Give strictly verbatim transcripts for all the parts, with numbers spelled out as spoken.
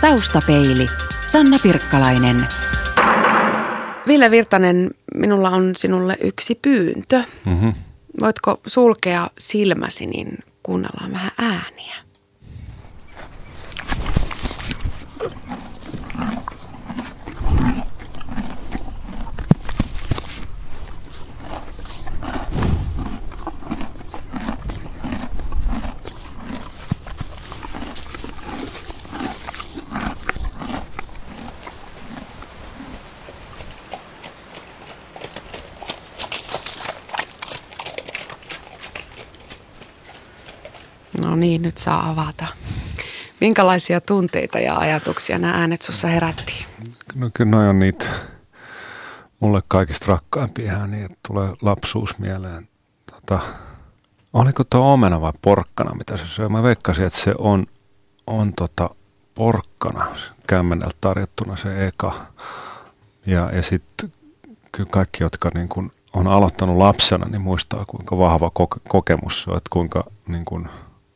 Taustapeili. Sanna Pirkkalainen. Ville Virtanen, minulla on sinulle yksi pyyntö. Mm-hmm. Voitko sulkea silmäsi, niin kuunnellaan vähän ääniä. No niin, nyt saa avata. Minkälaisia tunteita ja ajatuksia nämä äänet sussa herättiin? No kyllä noi on niitä mulle kaikista rakkaimpia ääniä, että tulee lapsuus mieleen. Tota, oliko tuo omena vai porkkana, mitä se syö? Mä veikkasin, että se on, on tota porkkana, kämmeneltä tarjottuna se eka. Ja, ja sitten kyllä kaikki, jotka niin kun on aloittanut lapsena, niin muistaa, kuinka vahva koke- kokemus se on, että kuinka niin kun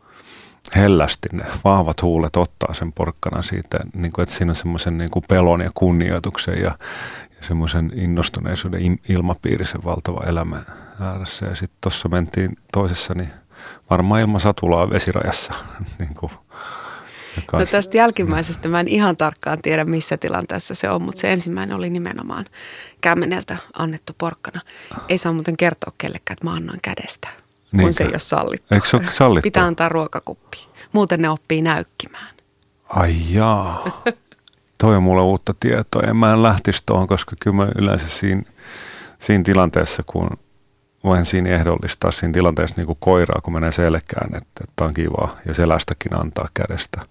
hellästi ne vahvat huulet ottaa sen porkkana siitä, niin kuin, että siinä on semmoisen niin kuin pelon ja kunnioituksen ja, ja semmoisen innostuneisuuden ilmapiirisen valtava elämä ääressä. Ja sitten tuossa mentiin toisessa, niin varmaan ilman satulaa vesirajassa. niin kuin, no tästä jälkimmäisestä mä en ihan tarkkaan tiedä, missä tilanteessa se on, mutta se ensimmäinen oli nimenomaan kämmeneltä annettu porkkana. Ei saa muuten kertoa kellekään, että mä annoin kädestä. Niinkö? Kun se ei ole sallittu. Eikö se ole sallittu? Pitää antaa ruokakuppiin. Muuten ne oppii näykkimään. Ai jaa. Toi on mulle uutta tietoa. En mä en lähtisi tuohon, koska kyllä mä yleensä siinä, siinä tilanteessa, kun voin siinä ehdollistaa siinä tilanteessa niin kuin koiraa, kun menee selkään, että, että on kivaa. Ja selästäkin antaa kädestä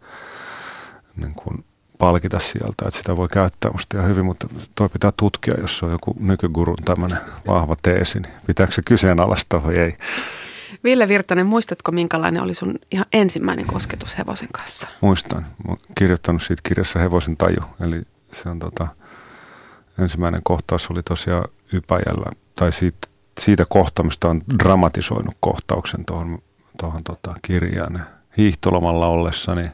niin kuin palkita sieltä, että sitä voi käyttää musta ihan hyvin, mutta toi pitää tutkia, jos se on joku nykygurun tämmöinen vahva teesi, niin pitääkö se kyseenalaistaa vai ei? Ville Virtanen, muistatko minkälainen oli sun ihan ensimmäinen kosketus hevosen kanssa? Muistan. Mä oon kirjoittanut siitä kirjassa Hevosen taju. Eli se on tota, ensimmäinen kohtaus oli tosiaan Ypäjällä. Tai siitä, siitä kohtaamista on dramatisoinut kohtauksen tuohon, tuohon tota, kirjaan. Hiihtolomalla ollessani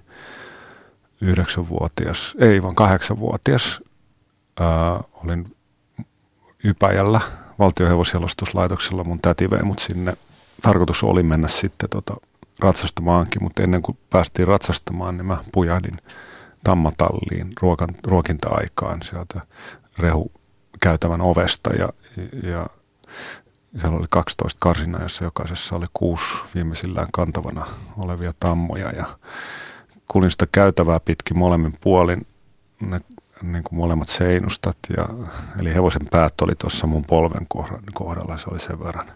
yhdeksänvuotias, ei vaan kahdeksanvuotias, ää, olin Ypäjällä valtionhevosjalostuslaitoksella. Mun täti vei mut sinne. Tarkoitus oli mennä sitten tota ratsastamaankin, mutta ennen kuin päästiin ratsastamaan, niin mä pujahdin tammatalliin ruokan, ruokinta-aikaan sieltä rehukäytävän ovesta. Ja, ja siellä oli kaksitoista karsinaa, jossa jokaisessa oli kuusi viimeisillään kantavana olevia tammoja. Ja kulin sitä käytävää pitkin molemmin puolin, ne niin kuin molemmat seinustat. Ja, eli hevosen päät oli tuossa mun polven kohdalla, se oli sen verran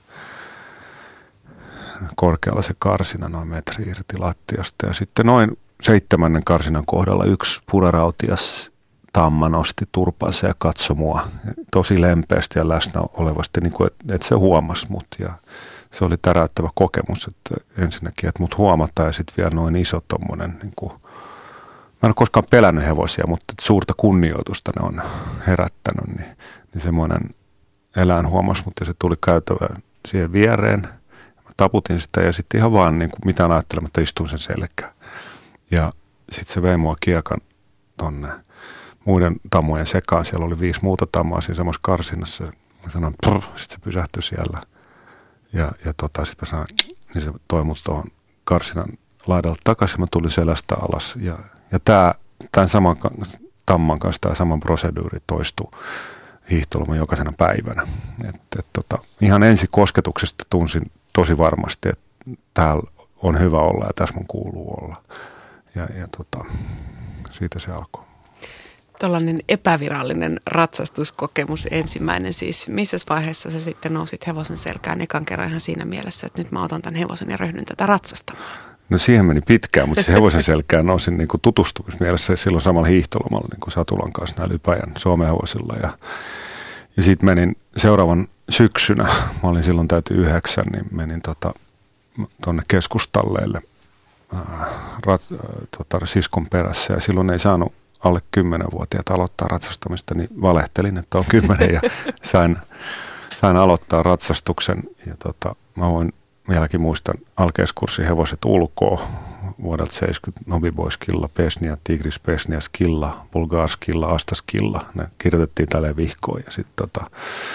korkealla se karsina, noin metri irti lattiasta. Ja sitten noin seitsemännen karsinan kohdalla yksi punarautias tamma nosti turpansa ja katsoi mua tosi lempeästi ja läsnä olevasti, niin kuin, että et se huomasi mut. Ja se oli täräyttävä kokemus, että ensinnäkin, että mut huomataan ja sitten vielä noin iso tommonen, niin kuin, mä en ole koskaan pelännyt hevosia, mutta suurta kunnioitusta ne on herättänyt, niin, niin semmoinen eläin huomasi, mutta se tuli käytävään siihen viereen. Taputin sitä ja sitten ihan vaan niin kuin mitään ajattelematta istuin sen selkään. Ja sitten se vei mua kiekan tonne muiden tammojen sekaan. Siellä oli viisi muuta tammaa siinä samassa karsinassa. Ja sanoin, sitten se pysähtyi siellä. Ja, ja tota, sitten mä sanoin, niin se toi mut tuohon karsinan laidalta takaisin. Mä tulin selästä alas. Ja, ja tää, tämän saman tamman kanssa tämä saman proseduuri toistui hiihtoloman jokaisena päivänä. Et, et, tota, ihan ensi kosketuksesta tunsin tosi varmasti, että täällä on hyvä olla ja tässä mun kuuluu olla. Ja, ja tota, siitä se alkoi. Tällainen epävirallinen ratsastuskokemus ensimmäinen siis. Missä vaiheessa sä sitten nousit hevosen selkään ekan kerran ihan siinä mielessä, että nyt mä otan tämän hevosen ja ryhdyn tätä ratsastamaan? No siihen meni pitkään, mutta se hevosen selkään nousin niin kuin tutustumismielessä silloin samalla hiihtolomalla niin kuin Satulan kanssa näillä Ypäjän Suomen-hevosilla. Ja, ja sitten menin seuraavan syksynä, mä olin silloin täytyy yhdeksän, niin menin tota, tuonne keskustalleille ää, rat, ää, tota, siskon perässä. Ja silloin ei saanut alle kymmenvuotiaat aloittaa ratsastamista, niin valehtelin, että on kymmenen ja sain, sain aloittaa ratsastuksen. Ja tota, mä voin vieläkin muistan alkeiskurssin hevoset ulkoa, vuodelta seitsemänkymmentä, Novi Boy Skilla, Pesnia, Tigris Pesnia Skilla, Bulgar Skilla, Asta Skilla. Ne kirjoitettiin tälleen vihkoon ja sitten tota,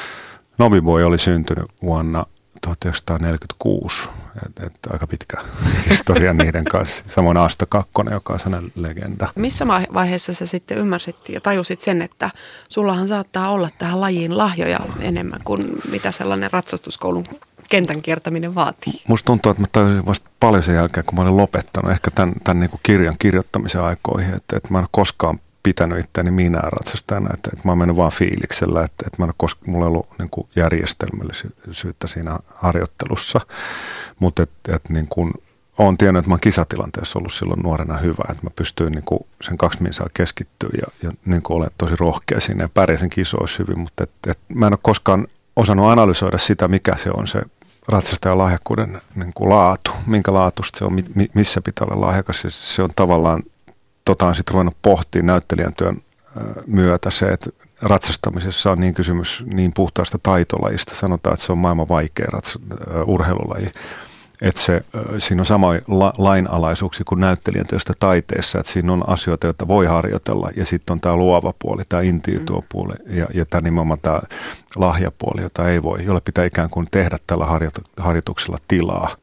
Novi Boy oli syntynyt vuonna tuhatyhdeksänsataaneljäkymmentäkuusi, että et aika pitkä historia niiden kanssa. Samoin Asta Kakkonen, joka on sellainen legenda. Missä vaiheessa sä sitten ymmärsit ja tajusit sen, että sullahan saattaa olla tähän lajiin lahjoja enemmän kuin mitä sellainen ratsastuskoulun kentän kiertäminen vaatii? Musta tuntuu, että mä tajusin vasta paljon sen jälkeen, kun mä olin lopettanut ehkä tämän, tämän niin kuin kirjan kirjoittamisen aikoihin, että, että mä en ole koskaan pitänyt itseäni minään ratsastajana, että, että mä oon mennyt vaan fiiliksellä, että, että mä en ole koska, mulla ei ollut niin kuin järjestelmällisyyttä siinä harjoittelussa, mutta että, että niin kuin olen tiennyt, että mä oon kisatilanteessa ollut silloin nuorena hyvä, että mä pystyin niin kuin sen kaksi minsaa keskittyä ja, ja niin kuin olen tosi rohkea siinä ja pärjäsin kisoissa hyvin, mutta että, että mä en ole koskaan osannut analysoida sitä, mikä se on se ratsastajan lahjakkuuden niin kuin laatu, minkä laatusta se on, mi, missä pitää olla lahjakas. Se on tavallaan, tota on sitten ruvennut pohtimaan näyttelijän työn myötä se, että ratsastamisessa on niin kysymys niin puhtaasta taitolajista. Sanotaan, että se on maailman vaikea rats, urheilulaji. Että se, siinä on sama la, lainalaisuuksia kuin näyttelijän työstä taiteessa, että siinä on asioita, joita voi harjoitella ja sitten on tämä luova puoli, tämä intuitiopuoli ja, ja tämä nimenomaan tämä lahjapuoli, jota ei voi, jolle pitää ikään kuin tehdä tällä harjoituksella tilaa.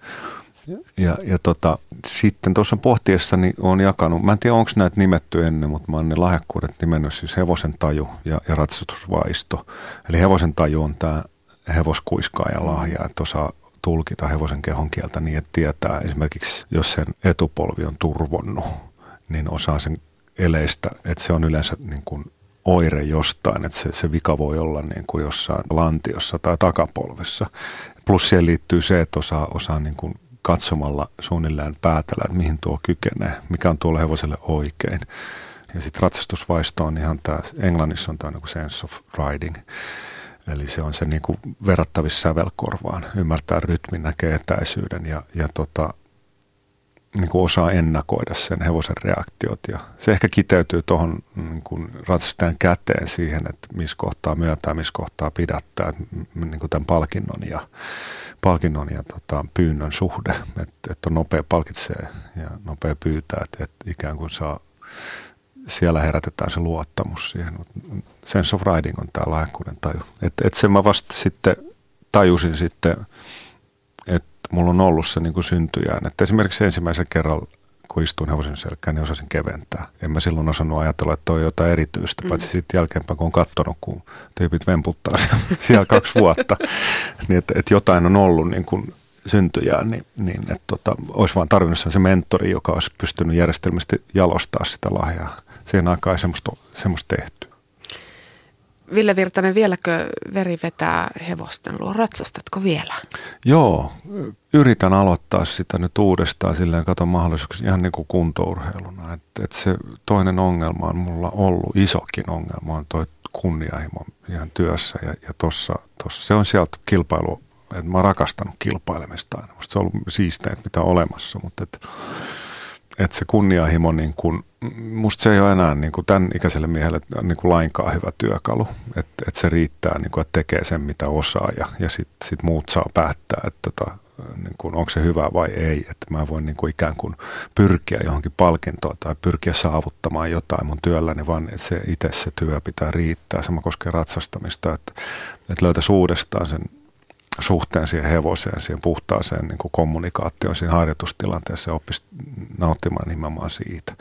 Ja, ja tota, sitten tuossa pohtiessa niin olen jakanut, mä en tiedä onko näitä nimetty ennen, mutta mä oon ne lahjakkuudet nimennyt siis hevosen taju ja, ja ratsastusvaisto. Eli hevosen taju on tämä hevoskuiskaajan lahja, että osaa tulkita hevosen kehon kieltä niin, että tietää esimerkiksi, jos sen etupolvi on turvonnut, niin osaa sen eleistä, että se on yleensä niin kuin oire jostain, että se, se vika voi olla niin kuin jossain lantiossa tai takapolvessa. Plus siihen liittyy se, että osaa, osaa niin kuin katsomalla suunnilleen päätellä, että mihin tuo kykenee, mikä on tuolle hevoselle oikein. Ja sitten ratsastusvaisto on ihan tämä, englannissa on tämä niin kuin sense of riding. Eli se on se niin kuin verrattavissa sävelkorvaan, ymmärtää rytmin, näkee etäisyyden ja, ja tota, niin kuin osaa ennakoida sen hevosen reaktiot. Ja se ehkä kiteytyy tuohon niin kuin ratsastajan käteen siihen, että missä kohtaa myöntää, missä kohtaa pidättää, niin kuin tämän palkinnon ja, palkinnon ja tota, pyynnön suhde, että, että on nopea palkitsee ja nopea pyytää, että, että ikään kuin saa. Siellä herätetään se luottamus siihen. Sense of riding on tämä lahjakkuuden taju. Että et sen mä vasta sitten tajusin sitten, että mulla on ollut se niin kuin syntyjään. Että esimerkiksi ensimmäisen kerran, kun istuin hevosen selkään, niin osasin keventää. En mä silloin osannut ajatella, että on jotain erityistä, mm. paitsi sitten jälkeenpäin, kun on katsonut, kun tyypit vemputtaa siellä kaksi vuotta. Niin että et jotain on ollut niin kuin syntyjään, niin, niin että tota, olisi vaan tarvinnut se mentori, joka olisi pystynyt järjestelmästi jalostaa sitä lahjaa. Siihen aikaan ei semmoista, semmoista tehty. Ville Virtanen, vieläkö veri vetää hevosten luo? Ratsastatko vielä? Joo, yritän aloittaa sitä nyt uudestaan silleen, katon mahdollisuuksia ihan niin kuin kuntourheiluna. Että et se toinen ongelma on mulla ollut, isokin ongelma on toi kunnianhimo ihan työssä ja, ja tossa, tossa se on sieltä kilpailu, että mä oon rakastanut kilpailemista aina. Musta se on ollut siisteintä, mitä on olemassa, mutta että et se kunnianhimo, niin kun, musta se ei ole enää niin kun tämän ikäiselle miehelle niin kun lainkaan hyvä työkalu. Että et se riittää, niin kun, että tekee sen, mitä osaa ja, ja sitten sit muut saa päättää, että tota, niin kun, onko se hyvä vai ei. Että mä voin niin kun ikään kuin pyrkiä johonkin palkintoon tai pyrkiä saavuttamaan jotain mun työlläni, vaan että se itse se työ pitää riittää. Sama koskee ratsastamista, että, että löytäisi uudestaan sen suhteen siihen hevoseen, siihen puhtaaseen niin kuin kommunikaatioon, siinä harjoitustilanteessa ja oppisi nauttimaan nimenomaan siitä.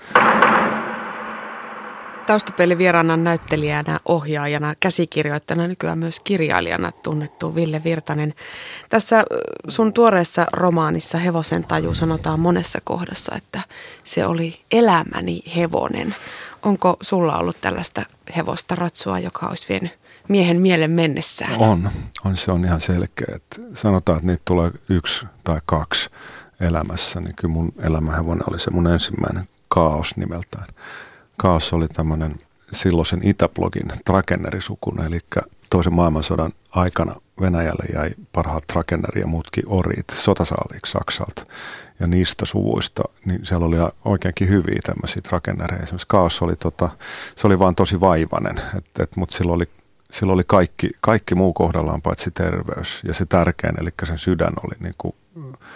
Taustapelivieraana näyttelijänä, ohjaajana, käsikirjoittajana, nykyään myös kirjailijana tunnettu Ville Virtanen. Tässä sun tuoreessa romaanissa Hevosen taju sanotaan monessa kohdassa, että se oli elämäni hevonen. Onko sulla ollut tällaista hevosta ratsua, joka olisi vienyt miehen mielen mennessään? On, on, se on ihan selkeä. Että sanotaan, että niitä tulee yksi tai kaksi elämässä, niin kyllä mun elämähevonen oli se mun ensimmäinen Kaos nimeltään. Kaos oli tämmöinen silloisen Itäblogin trakennerisukuna, eli toisen maailmansodan aikana Venäjälle jäi parhaat trakenneri ja muutkin oriit sotasaaliiksi Saksalta. Ja niistä suvuista, niin siellä oli oikeinkin hyviä tämmöisiä trakennereja. Esimerkiksi Kaos oli, tota, se oli vaan tosi vaivainen, et, et, mutta sillä oli Sillä oli kaikki, kaikki muu kohdallaan paitsi terveys ja se tärkein, eli sen sydän oli niin kuin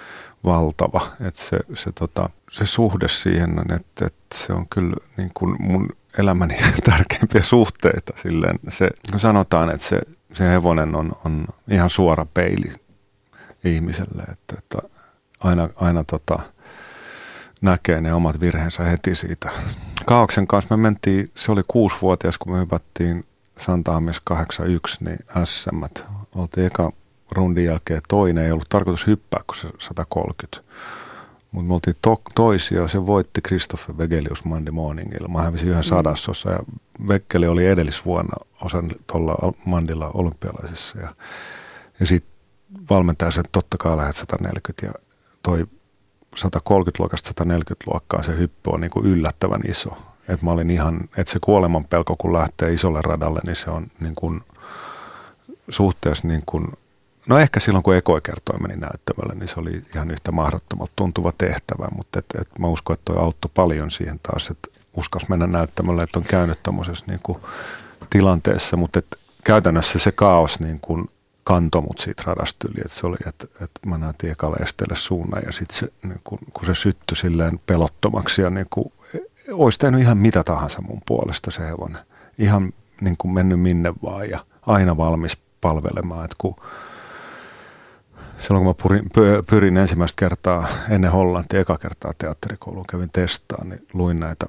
valtava. Että se, se, tota, se suhde siihen, että, että se on kyllä niin kuin mun elämäni tärkeimpiä suhteita. Silleen se, kun sanotaan, että se, se hevonen on, on ihan suora peili ihmiselle, että, että aina, aina tota, näkee ne omat virheensä heti siitä. Kaaoksen kanssa me mentiin, se oli kuusivuotias, kun me hypättiin Santa-Amies kahdeksankymmentäyksi, niin S M. Oltiin eka rundin jälkeen toinen, ei ollut tarkoitus hyppää kuin se sata kolmekymmentä. Mutta me oltiin to- toisia, se voitti Christophe Wegelius Monday Morningilla. Mä hävisin yhden sadasossa ja Weggeli oli edellisvuonna osan tuolla Mandilla olympialaisissa. Ja, ja sitten valmentaja sen, totta kai lähdet sata neljäkymmentä ja toi sata kolmekymmentä luokasta sata neljäkymmentä luokkaa se hyppy on niinku yllättävän iso. Että mä olin ihan, että se kuoleman pelko kun lähtee isolle radalle, niin se on niin kuin suhteessa niin kuin, no ehkä silloin kun ekoi kertoi meni näyttämällä, niin se oli ihan yhtä mahdottomalta tuntuva tehtävä, mutta et, et mä uskon, että toi auttoi paljon siihen taas, että uskas mennä näyttämällä, että on käynyt tommosessa niin kuin tilanteessa, mutta et käytännössä se kaos niin kuin kantoi mut siitä radasta yli, että se oli, että, että mä näytin ekalle esteelle suunnan ja sitten se, niin kun, kun se syttyi silleen pelottomaksi ja niin kuin, olisi tehnyt ihan mitä tahansa mun puolesta se hevonen. Ihan niin kuin mennyt minne vaan ja aina valmis palvelemaan, että kun silloin kun mä pyrin, pyrin ensimmäistä kertaa ennen Hollantia, eka kertaa teatterikouluun kävin testaan, niin luin näitä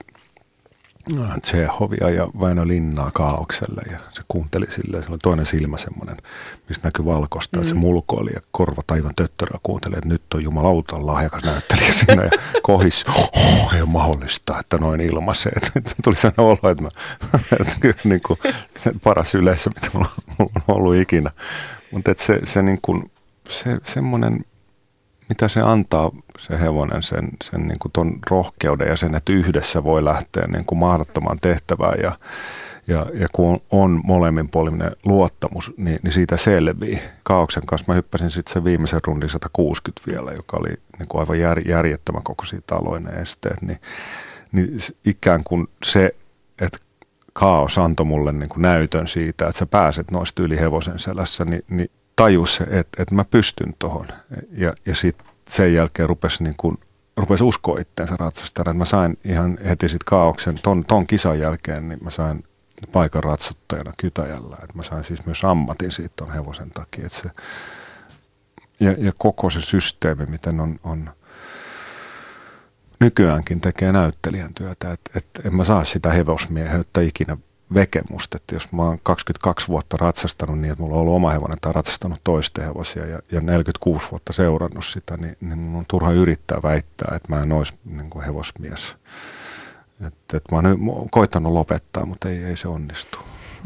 Tsehovia ja Väinö Linnaa Kaaukselle ja se kuunteli silleen, sillä oli toinen silmä semmoinen, mistä näkyi valkoista, mm. se mulkoili ja korvat aivan töttöröä kuunteli, että nyt on jumalauta lahjakas näyttelijä siinä ja kohis, oh, ei ole mahdollista, että noin ilmaisee. Että tuli sellainen olo, että, mä, että kyllä niin kuin se paras yleisö, mitä mulla on ollut ikinä. Mutta että se, se, niin kuin, se semmoinen, mitä se antaa se hevonen, sen, sen niin kuin ton rohkeuden ja sen, että yhdessä voi lähteä niin kuin mahdottomaan tehtävään ja, ja, ja kun on, on molemminpuolinen luottamus, niin, niin siitä selvii. Kaaoksen kanssa mä hyppäsin sitten sen viimeisen rundin sata kuusikymmentä vielä, joka oli niin kuin aivan jär, järjettömän kokoisia taloinen esteet, niin, niin ikään kuin se, että Kaos antoi mulle niin kuin näytön siitä, että sä pääset noista yli hevosen selässä, niin, niin tajus se, että, että mä pystyn tohon. Ja, ja sitten sen jälkeen rupesi, niin kuin, rupesi uskoa itteensä ratsastajana. Että mä sain ihan heti sitten Kaaoksen, ton, ton kisan jälkeen, niin mä sain paikan ratsuttajana Kytäjällä. Että mä sain siis myös ammatin siitä ton hevosen takia. Että se, ja, ja koko se systeemi, miten on, on nykyäänkin tekee näyttelijän työtä. Että et en mä saa sitä hevosmieheyttä ikinä vekemusta, että jos mä oon kaksikymmentäkaksi vuotta ratsastanut niin, että mulla on ollut oma hevonen tai ratsastanut toisten hevosia ja, ja neljäkymmentäkuusi vuotta seurannut sitä, niin, niin mun on turha yrittää väittää, että mä en olisi niin kuin hevosmies. Että et mä oon nyt koittanut lopettaa, mutta ei, ei se onnistu.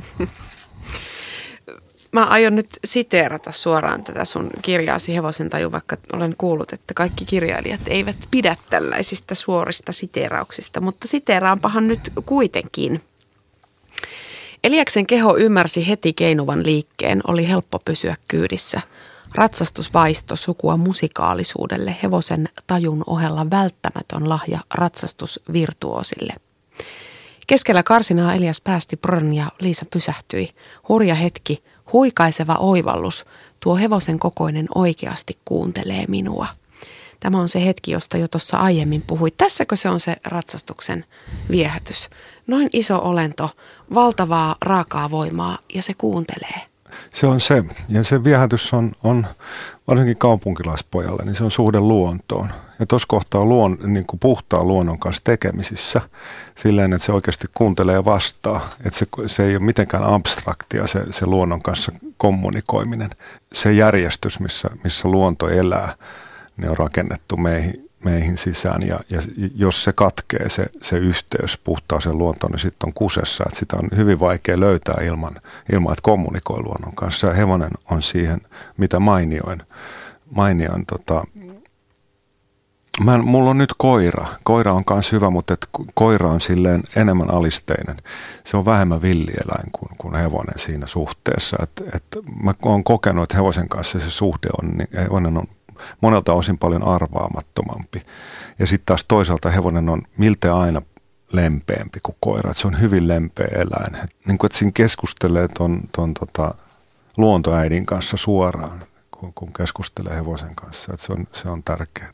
Mä aion nyt siteerata suoraan tätä sun kirjaasi Hevosen taju, vaikka olen kuullut, että kaikki kirjailijat eivät pidä tällaisista suorista siteerauksista, mutta siteeraanpahan nyt kuitenkin. Eliaksen keho ymmärsi heti keinuvan liikkeen, oli helppo pysyä kyydissä. Ratsastusvaisto sukua musikaalisuudelle, hevosen tajun ohella välttämätön lahja ratsastusvirtuosille. Keskellä karsinaa Elias päästi Brön ja Liisa pysähtyi. Hurja hetki, huikaiseva oivallus, tuo hevosen kokoinen oikeasti kuuntelee minua. Tämä on se hetki, josta jo tuossa aiemmin puhuit. Tässäkö se on se ratsastuksen viehätys? Noin iso olento, valtavaa raakaa voimaa ja se kuuntelee. Se on se. Ja se viehätys on, on varsinkin kaupunkilaispojalle, niin se on suhde luontoon. Ja tuossa kohtaa on luon, niin kuin puhtaan luonnon kanssa tekemisissä silleen, että se oikeasti kuuntelee ja vastaa. Että se, se ei ole mitenkään abstraktia se, se luonnon kanssa kommunikoiminen. Se järjestys, missä, missä luonto elää, ne on rakennettu meihin. meihin sisään ja, ja jos se katkee se, se yhteys puhtaaseen luontoon, niin sitten on kusessa, että sitä on hyvin vaikea löytää ilman, ilman että kommunikoi luonnon kanssa. Ja hevonen on siihen, mitä mainioin. mainioin tota, mä en, mulla on nyt koira. Koira on myös hyvä, mutta et koira on silleen enemmän alisteinen. Se on vähemmän villieläin kuin, kuin hevonen siinä suhteessa. Et, et mä oon kokenut, että hevosen kanssa se suhde on, niin hevonen on monelta osin paljon arvaamattomampi. Ja sitten taas toisaalta hevonen on miltei aina lempeämpi kuin koira. Et se on hyvin lempeä eläin. Et, niin kuin, että siinä keskustelee ton, ton tota, luontoäidin kanssa suoraan. kun, kun keskustelee hevosen kanssa. Että se on, se on tärkeää.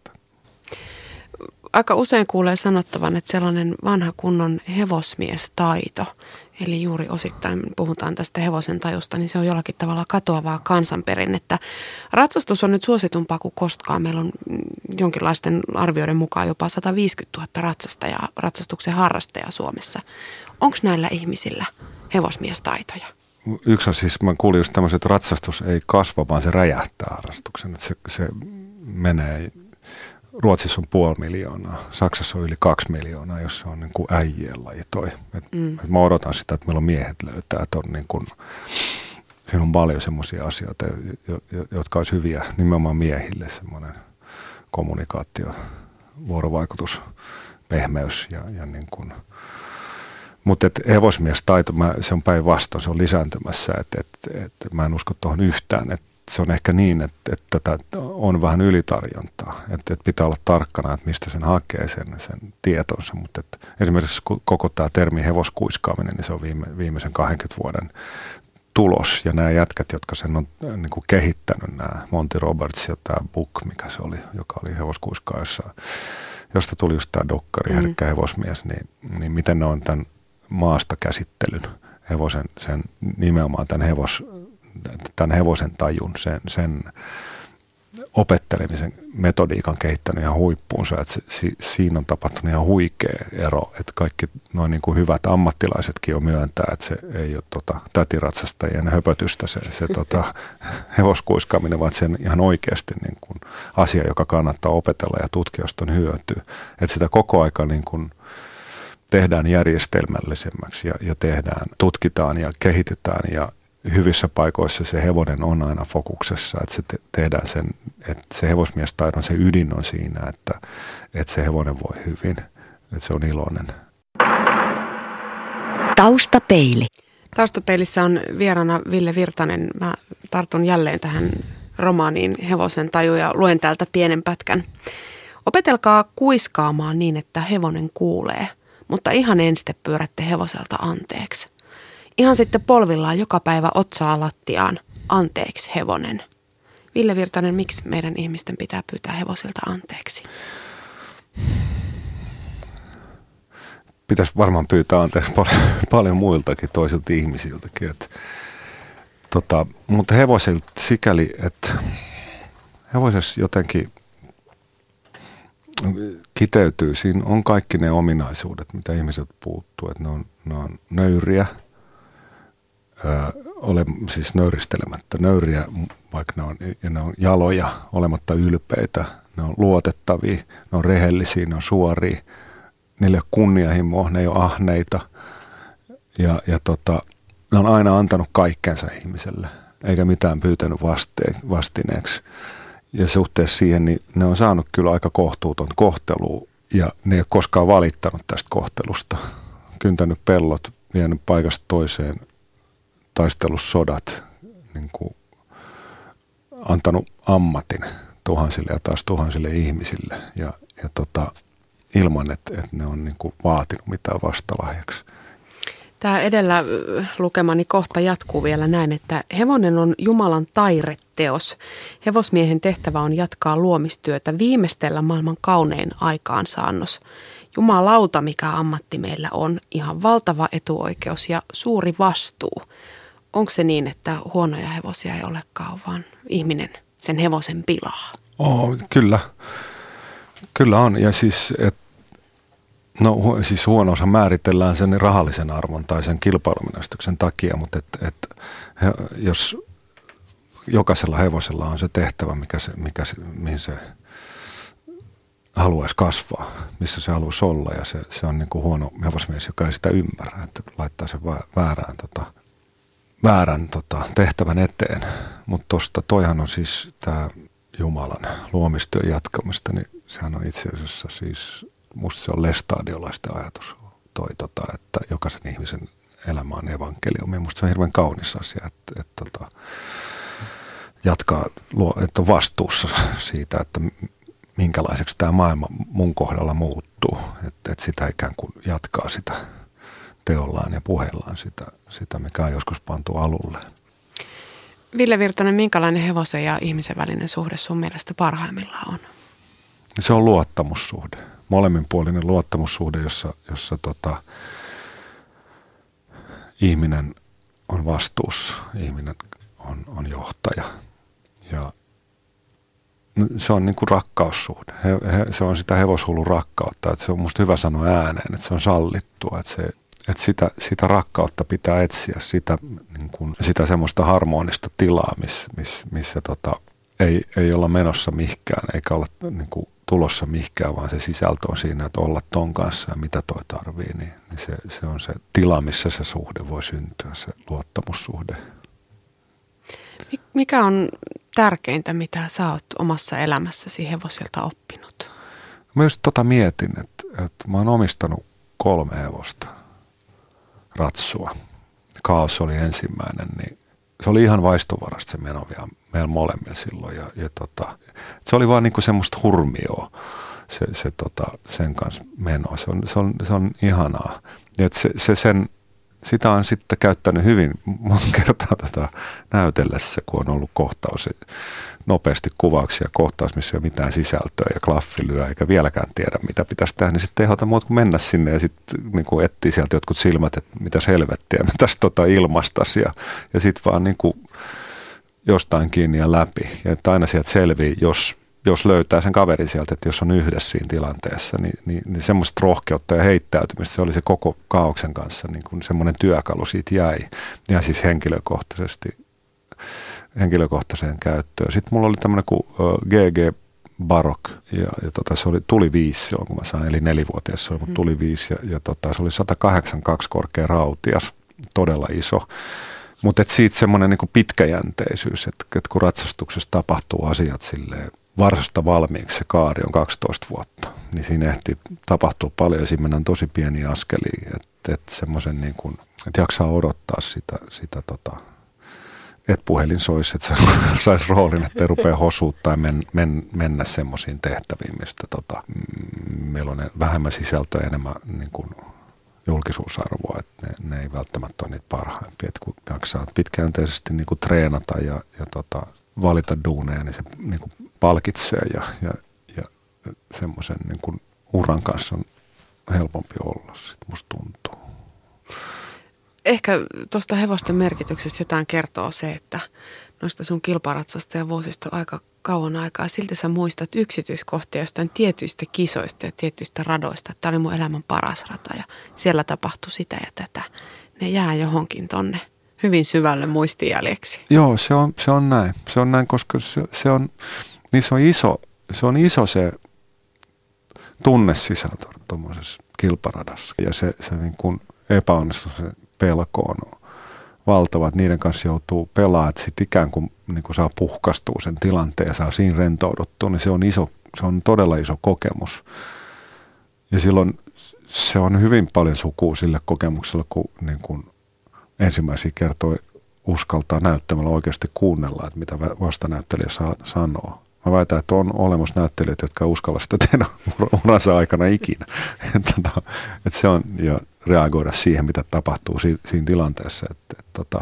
Aika usein kuulee sanottavan, että sellainen vanha kunnon hevosmiestaito, eli juuri osittain puhutaan tästä hevosen tajusta, niin se on jollakin tavalla katoavaa kansanperinnettä. Ratsastus on nyt suositumpaa kuin koskaan. Meillä on jonkinlaisten arvioiden mukaan jopa sata viisikymmentätuhatta ratsastajaa, ratsastuksen harrastajaa Suomessa. Onko näillä ihmisillä hevosmiestaitoja? Yksi on siis, mä kuulin just tämmöisen, että ratsastus ei kasva, vaan se räjähtää harrastuksen. Että se, se menee, Ruotsissa on puoli miljoonaa, Saksassa on yli kaksi miljoonaa, jos se on niin kuin äijien laji toi. Et, mm. et mä odotan sitä, että meillä on miehet löytää, että on niin kuin, siinä on paljon semmoisia asioita, jotka olisi hyviä nimenomaan miehille, semmoinen kommunikaatio, vuorovaikutus, pehmeys ja, ja niin kuin. Mutta hevosmiestaito, mä, se on päinvastoin, se on lisääntymässä, että et, et, mä en usko tuohon yhtään, että se on ehkä niin, että, että tätä on vähän ylitarjontaa, että, että pitää olla tarkkana, että mistä sen hakee sen, sen tietonsa, mutta että esimerkiksi koko tämä termi hevoskuiskaaminen, niin se on viime, viimeisen kahdenkymmenen vuoden tulos, ja nämä jätkät, jotka sen on niin kuin kehittänyt, nämä Monty Roberts ja tämä Book, mikä se oli, joka oli hevoskuiskaa, jossa, josta tuli just tämä dokkari, mm. herkkä hevosmies, niin, niin miten ne on tämän maasta käsittelyn hevosen, sen nimenomaan tämän, hevos, tämän hevosen tajun, sen, sen opettelemisen metodiikan kehittänyt ihan huippuunsa, että se, si, siinä on tapahtunut ihan huikea ero, että kaikki noin niin kuin hyvät ammattilaisetkin on myöntää, että se ei ole tota, tätiratsastajien höpötystä se, se tota, hevoskuiskaaminen, vaan sen ihan oikeasti niin kuin asia, joka kannattaa opetella ja tutkia, josta on hyötyä. Että sitä koko aika niin kuin tehdään järjestelmällisemmäksi ja, ja tehdään, tutkitaan ja kehitytään ja hyvissä paikoissa se hevonen on aina fokuksessa, että se te- tehdään sen, että se hevosmiestaidon se ydin on siinä, että, että se hevonen voi hyvin, että se on iloinen. Taustapeili. Taustapeilissä on vieraana Ville Virtanen. Mä tartun jälleen tähän romaaniin Hevosen taju ja luen täältä pienen pätkän. Opetelkaa kuiskaamaan niin, että hevonen kuulee, mutta ihan ensin te pyörätte hevoselta anteeksi. Ihan sitten polvillaan joka päivä otsaa lattiaan, anteeksi hevonen. Ville Virtanen, miksi meidän ihmisten pitää pyytää hevosilta anteeksi? Pitäisi varmaan pyytää anteeksi paljon, paljon muiltakin toisilta ihmisiltäkin. Että, tota, mutta hevosilta sikäli, että hevosessa jotenkin kiteytyy. Siinä on kaikki ne ominaisuudet, mitä ihmiset puuttuu. Että ne on, ne on nöyriä. Öö, ole siis nöyristelemättä nöyriä, vaikka ne on, ja ne on jaloja, olematta ylpeitä, ne on luotettavia, ne on rehellisiä, ne on suoria, niille on kunnianhimoa, ne ei ole ahneita ja, ja tota, ne on aina antanut kaikkensa ihmiselle, eikä mitään pyytänyt vaste, vastineeksi. Ja suhteessa siihen, niin ne on saanut kyllä aika kohtuuton kohtelua ja ne ei ole koskaan valittanut tästä kohtelusta, kyntänyt pellot, vienyt paikasta toiseen, taistelussodat, niin kuin antanut ammatin tuhansille ja taas tuhansille ihmisille ja, ja tota, ilman, että, että ne on niin kuin vaatinut mitään vastalahjaksi. Tämä edellä lukemani kohta jatkuu vielä näin, että hevonen on Jumalan taireteos. Hevosmiehen tehtävä on jatkaa luomistyötä, viimeistellä maailman kaunein aikaansaannos. Jumalauta, mikä ammatti meillä on, ihan valtava etuoikeus ja suuri vastuu. Onko se niin, että huonoja hevosia ei olekaan, vaan ihminen sen hevosen pilaa? Oh, kyllä. Kyllä on. Ja siis, et, no, siis huononsa määritellään sen rahallisen arvon tai sen kilpailumenestyksen takia, mutta et, et, he, jos jokaisella hevosella on se tehtävä, mikä se, mikä se, mihin se haluaisi kasvaa, missä se haluaisi olla ja se, se on niin kuin huono hevosmies, joka ei sitä ymmärrä, että laittaa sen väärään tota, väärän tota, tehtävän eteen, mutta tuosta toihan on siis tämä Jumalan luomistyön jatkamista, niin sehän on itse asiassa siis, musta se on lestadiolaisten ajatus, toi, tota, että jokaisen ihmisen elämä on evankeliumi. Musta se on hirveän kaunis asia, että, että, että jatkaa, että on vastuussa siitä, että minkälaiseksi tämä maailma mun kohdalla muuttuu, että, että sitä ikään kuin jatkaa sitä teollaan ja puheellaan sitä, sitä, mikä on joskus pantu alulle. Ville Virtanen, minkälainen hevosen ja ihmisen välinen suhde sun mielestä parhaimmillaan on? Se on luottamussuhde. Molemminpuolinen luottamussuhde, jossa, jossa tota, ihminen on vastuussa, ihminen on, on johtaja. Ja se on niin kuin rakkaussuhde. He, he, se on sitä hevoshullun rakkautta. Että se on musta hyvä sanoa ääneen, että se on sallittua. Että, se, että sitä, sitä rakkautta pitää etsiä, sitä, niin kuin, sitä semmoista harmonista tilaa, miss, miss, missä tota, ei, ei olla menossa mihinkään eikä olla niin kuin, tulossa mihinkään, vaan se sisältö on siinä, että olla ton kanssa ja mitä toi tarvii. Niin, niin se, se on se tila, missä se suhde voi syntyä, se luottamussuhde. Mikä on tärkeintä, mitä sä oot omassa elämässäsi hevosilta oppinut? Mä just tota mietin, että, että mä oon omistanut kolme hevosta, ratsua. Kaos oli ensimmäinen, niin se oli ihan vaistovarasta se meno vielä meillä molemmilla silloin. Ja, ja tota, se oli vaan niinku semmoista hurmioa, se, se tota, sen kanssa meno. Se on, se on, se on ihanaa. Ja se, se sen... Sitä on sitten käyttänyt hyvin monta kertaa tota näytellessä, kun on ollut kohtaus, nopeasti kuvauksia kohtaus, missä ei ole mitään sisältöä ja klaffi lyö, eikä vieläkään tiedä, mitä pitäisi tehdä, niin sitten ei haluta muuta kuin mennä sinne ja sitten niin kuin etsii sieltä jotkut silmät, että mitäs helvettiä, mitäs tota ilmastas ja, ja sitten vaan niin kuin jostain kiinni ja läpi. Ja että aina sieltä selvii, jos... jos löytää sen kaverin sieltä, että jos on yhdessä siinä tilanteessa, niin, niin, niin semmoista rohkeutta ja heittäytymistä, se oli se koko kaaoksen kanssa, niin kuin semmoinen työkalu siitä jäi. Ja siis henkilökohtaisesti, henkilökohtaiseen käyttöön. Sitten mulla oli tämmöinen kuin G G Barok, ja, ja tota, se oli, tuli viisi silloin, kun mä sain, eli nelivuotias, se oli, mutta tuli viisi, ja, ja tota, se oli sata kahdeksankymmentäkaksi korkea rautias, todella iso. Mutta siitä semmoinen niin kuin pitkäjänteisyys, että, että kun ratsastuksessa tapahtuu asiat silleen, varsasta valmiiksi se kaari on kaksitoista vuotta, niin siinä ehtii tapahtua paljon ja siinä mennään tosi pieniä askelia, että, että semmoisen niin kuin, että jaksaa odottaa sitä, sitä tota, että puhelin soisi, että saisi roolin, että ei rupea hosuut tai men, men, mennä semmoisiin tehtäviin, mistä tota, meillä on vähemmän sisältöä ja enemmän niin kuin julkisuusarvoa, että ne, ne ei välttämättä ole niitä parhaimpia, että kun jaksaa pitkäjänteisesti niin kuin treenata ja, ja tota, valita duuneja, niin se niin kuin palkitsee ja, ja, ja semmoisen niin kuin uran kanssa on helpompi olla, sitten musta tuntuu. Ehkä tuosta hevosten merkityksestä jotain kertoo se, että noista sun kilparatsasta ja vuosista on aika kauan aikaa. Silti sä muistat yksityiskohtia jostain tietyistä kisoista ja tietyistä radoista. Tämä oli mun elämän paras rata ja siellä tapahtui sitä ja tätä. Ne jää johonkin tonne hyvin syvälle muistijäljeksi. Joo, se on, se on näin. Se on näin, koska se, se on, niin se on iso, se on iso se tunnesisältö tuommoisessa kilparadassa. Ja se, se niin kuin epäonnistuu, se pelko on valtava, että niiden kanssa joutuu pelaamaan, että sitten ikään kuin, niin kuin saa puhkastua sen tilanteen ja saa siinä rentouduttua, niin se on, iso, se on todella iso kokemus. Ja silloin se on hyvin paljon sukua sille kokemukselle, kun niin kuin ensimmäisiä kertoi uskaltaa näyttämällä oikeasti kuunnella, että mitä vastanäyttelijä saa, sanoo. Mä väitän, että on olemassa näyttelijöitä, jotka ei uskalla sitä tehdä uransa aikana ikinä. Että et se on, ja reagoida siihen, mitä tapahtuu si, siinä tilanteessa. Että et, tota,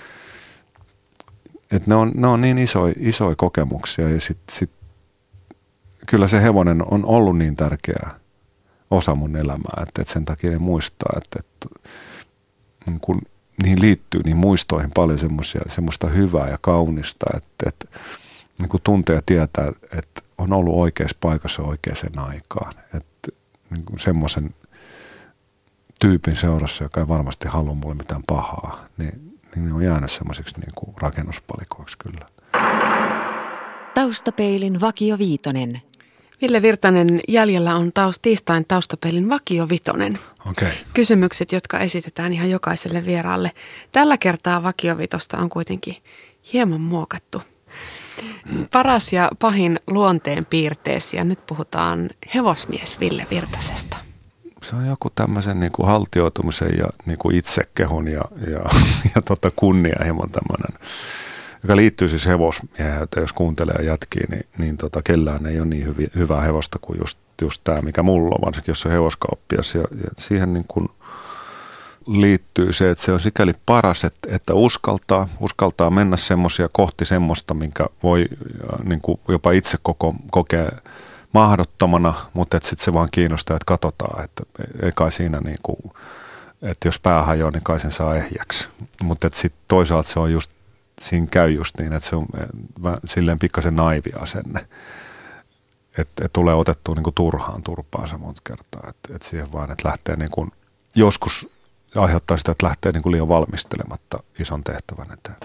et ne, on, ne on niin isoja, isoja kokemuksia, ja sit, sit, kyllä se hevonen on ollut niin tärkeä osa mun elämää, että et sen takia ne muistaa, että et, niin kun niihin liittyy niin muistoihin paljon semmoista hyvää ja kaunista, että, että niin kuin tuntee ja tietää, että on ollut oikeassa paikassa oikeaan aikaan. Että niin kuin semmoisen tyypin seurassa, joka ei varmasti halua mulle mitään pahaa, niin, niin ne on jäänyt semmoiseksi niin kuin rakennuspalikoiksi kyllä. Taustapeilin Vakio Viitonen. Ville Virtanen, jäljellä on taus, tiistain Taustapeilin Vakio Vitonen. Okay. Kysymykset, jotka esitetään ihan jokaiselle vieraalle. Tällä kertaa Vakio Vitosta on kuitenkin hieman muokattu. Paras ja pahin luonteen piirteesi, ja nyt puhutaan hevosmies Ville Virtasesta. Se on joku tämmöisen niin kuin haltioitumisen ja niin kuin itsekehun ja, ja, ja tota kunnianhimon tämmöinen, joka liittyy siis hevosmiehen, että jos kuuntelee jätkiä, niin, niin tota, kellään ei ole niin hyvi, hyvää hevosta kuin just, just tämä, mikä mulla on, varsinkin jos on hevoskauppias. Ja, ja siihen niin kuin liittyy se, että se on sikäli paras, että, että uskaltaa, uskaltaa mennä semmoisia kohti semmoista, minkä voi niin kuin jopa itse koko, kokea mahdottomana, mutta että sitten se vaan kiinnostaa, että katsotaan, että ei kai siinä niin kuin, että jos pää hajoaa, niin kai sen saa ehjäksi. Mutta että sitten toisaalta se on just, siinä käy just niin, että se on silleen pikkasen naivi asenne. Että et tulee otettua niin kuin turhaan turpaansa monta kertaa. Että et siihen vaan, että lähtee niin kuin, joskus aiheuttaa sitä, että lähtee niin kuin liian valmistelematta ison tehtävän eteen.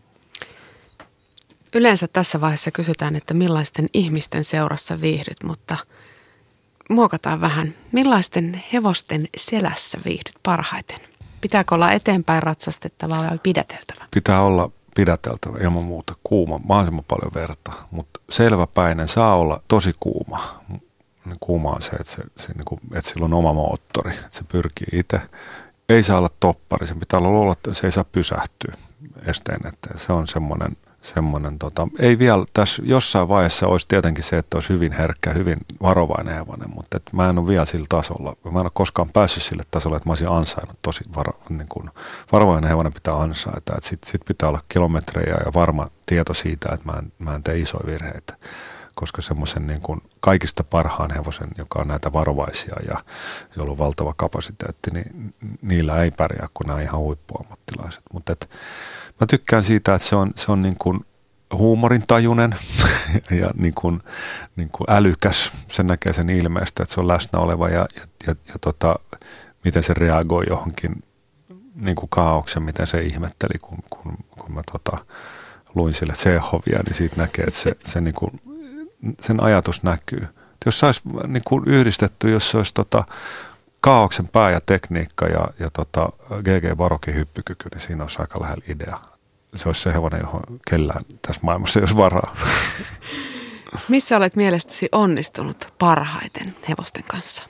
Yleensä tässä vaiheessa kysytään, että millaisten ihmisten seurassa viihdyt, mutta muokataan vähän. Millaisten hevosten selässä viihdyt parhaiten? Pitääkö olla eteenpäin ratsastettava vai pidäteltävä? Pitää olla pidäteltävä ilman muuta kuuma, mahdollisimman paljon verta, mutta selväpäinen saa olla tosi kuuma. Kuuma on se, että, se, se, niin kuin, että sillä on oma moottori, että se pyrkii itse. Ei saa olla toppari, se pitää olla, että se ei saa pysähtyä esteen eteen. Se on semmoinen, semmoinen tota, ei vielä tässä jossain vaiheessa olisi tietenkin se, että olisi hyvin herkkä, hyvin varovainen hevonen, mutta että mä en ole vielä sillä tasolla. Mä en ole koskaan päässyt sille tasolle, että mä olisin ansainnut tosi varo, niin kuin, varovainen hevonen pitää ansaita. Sitten sit pitää olla kilometrejä ja varma tieto siitä, että mä en, mä en tee isoja virheitä. Koska semmoisen niin kuin kaikista parhaan hevosen, joka on näitä varovaisia ja jolla on valtava kapasiteetti, niin niillä ei pärjää, kun nämä on ihan huippuammattilaiset. Mutta mä tykkään siitä, että se on, se on niin kuin huumorintajuinen ja niin kuin, niin kuin älykäs. Sen näkee sen ilmeestä, että se on läsnä oleva ja, ja, ja, ja tota, miten se reagoi johonkin niin kuin kaaoksen, miten se ihmetteli, kun, kun, kun mä tota, luin sille Tšekhovia, niin siitä näkee, että se, se niin kuin sen ajatus näkyy. Jos se olisi niin kuin yhdistetty, jos se olisi tota, kaaoksen pää ja tekniikka ja, ja tota, G G Barokin hyppykyky, niin siinä olisi aika lähellä idea. Se olisi se hevonen, johon kellään tässä maailmassa ei olisi varaa. Missä olet mielestäsi onnistunut parhaiten hevosten kanssa?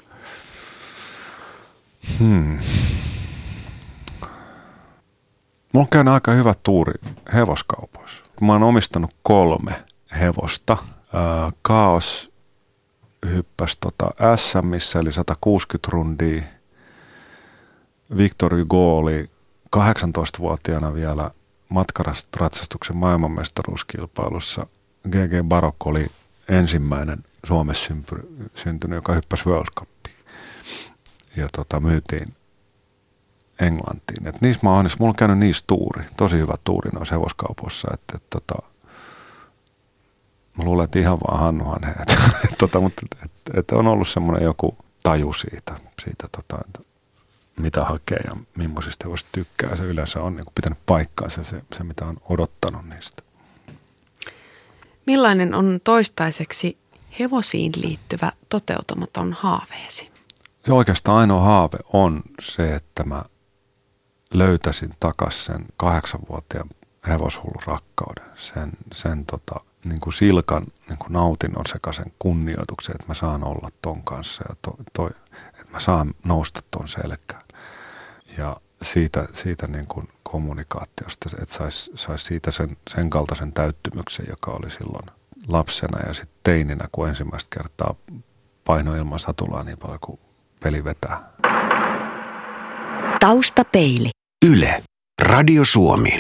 Hmm. Mulla on käynyt aika hyvä tuuri hevoskaupoissa. Mä oon omistanut kolme hevosta. Kaos hyppäsi tota S M:ssä, eli sata kuusikymmentä rundia. Victor Hugo oli kahdeksantoistavuotiaana vielä matkaratsastuksen maailmanmestaruuskilpailussa. G G Barok oli ensimmäinen Suomessa syntynyt, joka hyppäsi World Cupiin. Ja tota, myytiin Englantiin. Et niissä mä oon, mulla on käynyt niissä tuuri. Tosi hyvä tuuri noissa hevoskaupoissa. Että et, tota, mä luulen, että ihan vaan Hannuhan heet. tota, mutta et, et on ollut semmoinen joku taju siitä, siitä tota, mitä hakee ja millaisista hevosta tykkää. Se yleensä on niin kuin pitänyt paikkaansa se, se, mitä on odottanut niistä. Millainen on toistaiseksi hevosiin liittyvä toteutumaton haaveesi? Se oikeastaan ainoa haave on se, että mä löytäisin takaisin sen kahdeksanvuotiaan hevoshullun rakkauden. Sen, sen tota, niin kuin silkan niin kuin nautinnon sekaisen kunnioituksen, että mä saan olla ton kanssa ja to, toi, että mä saan nousta ton selkään. Ja siitä, siitä niin kuin kommunikaatiosta, että saisi sais siitä sen, sen kaltaisen täyttymyksen, joka oli silloin lapsena ja sitten teininä, kun ensimmäistä kertaa paino ilman satulaa niin paljon kuin peli vetää. Taustapeili. Yle. Radio Suomi.